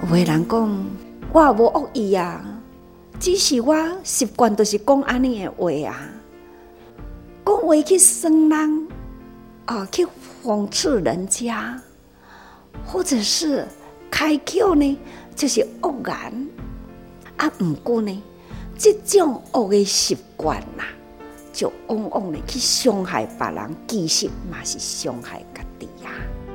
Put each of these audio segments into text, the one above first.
有的人讲我也无恶意啊，只是我习惯都是讲安尼的话啊，讲话去酸人去讽刺人家，或者是开口呢就是恶言啊。不过呢，这种恶的习惯啦，就往往呢去伤害别人，其实嘛是伤害家己呀。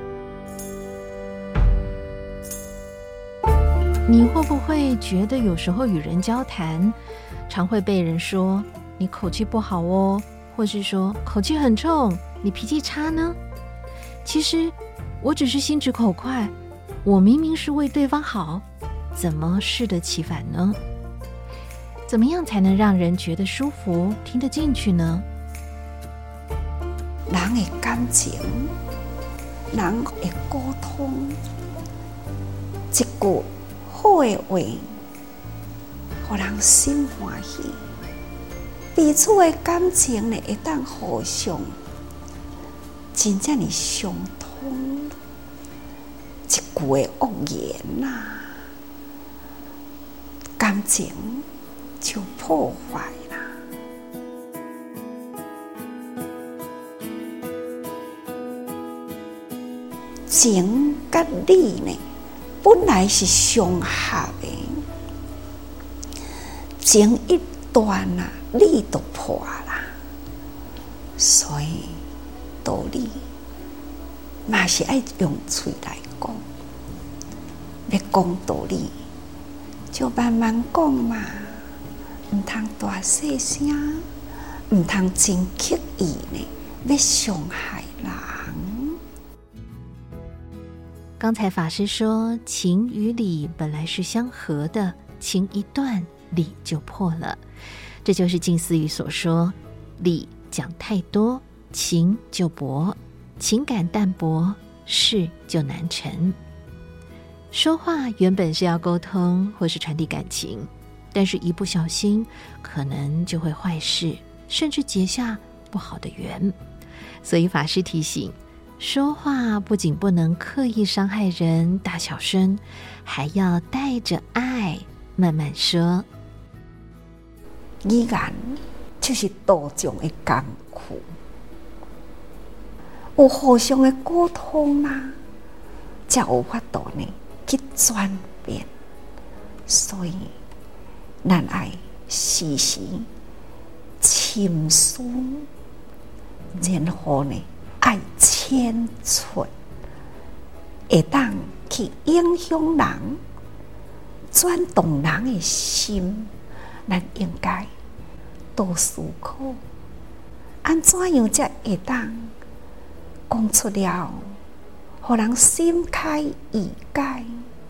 你会不会觉得有时候与人交谈，常会被人说你口气不好哦，或是说口气很冲，你脾气差呢？其实我只是心直口快，我明明是为对方好，怎么适得其反呢？怎么样才能让人觉得舒服，听得进去呢？ 人的感情，人的沟通，一句好的话，让人心欢喜，彼此的感情呢会当互相真正的相通。一句的恶言感情就破坏啦。情甲理呢，本来是相合的，情一断理就破啦。所以道理嘛是爱用嘴来讲，要讲道理就慢慢讲嘛，唔通大细声，唔通真刻意呢，要伤害人。 刚才法师说，情与理本来是相合的，情一断，理就破了。这就是近思语所说，理讲太多，情就薄，情感淡薄，事就难成。说话原本是要沟通或是传递感情，但是一不小心可能就会坏事，甚至结下不好的缘。所以法师提醒，说话不仅不能刻意伤害人，大小声，还要带着爱慢慢说。 语言就是多种的工具，有互相的沟通才有法度呢去转变。所以咱爱时时倾诉，然后呢爱千寸，会当去影响人，转动人的心。咱应该多思考，安怎样才会当讲出了，让人心开意解，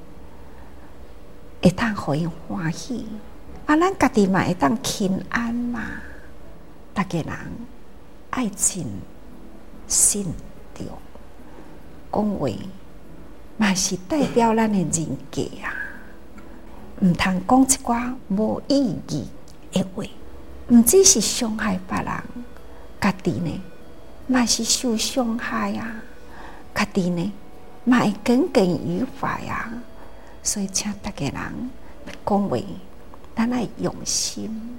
会当互因欢喜，咱家己嘛会当平安嘛。大家人爱真慎重，讲话嘛是代表咱的人格唔通讲一寡无意义的话，唔只是伤害别人，家己呢嘛是受伤害家己呢嘛会耿耿于怀所以请大家人讲话，咱爱用心。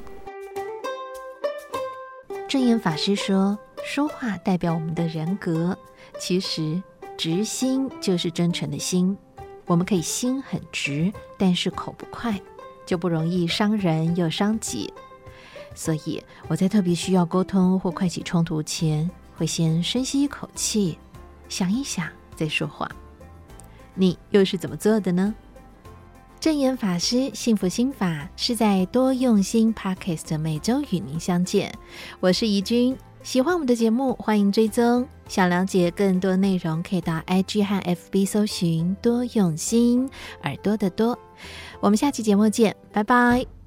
正言法师说，说话代表我们的人格，其实直心就是真诚的心。我们可以心很直，但是口不快，就不容易伤人又伤己。所以我在特别需要沟通或快起冲突前，会先深吸一口气，想一想再说话。你又是怎么做的呢？正言法师幸福心法是在多用心 Podcast 每周与您相见，我是怡君。喜欢我们的节目，欢迎追踪。想了解更多内容，可以到 IG 和 FB 搜寻多用心，耳朵的多。我们下期节目见，拜拜。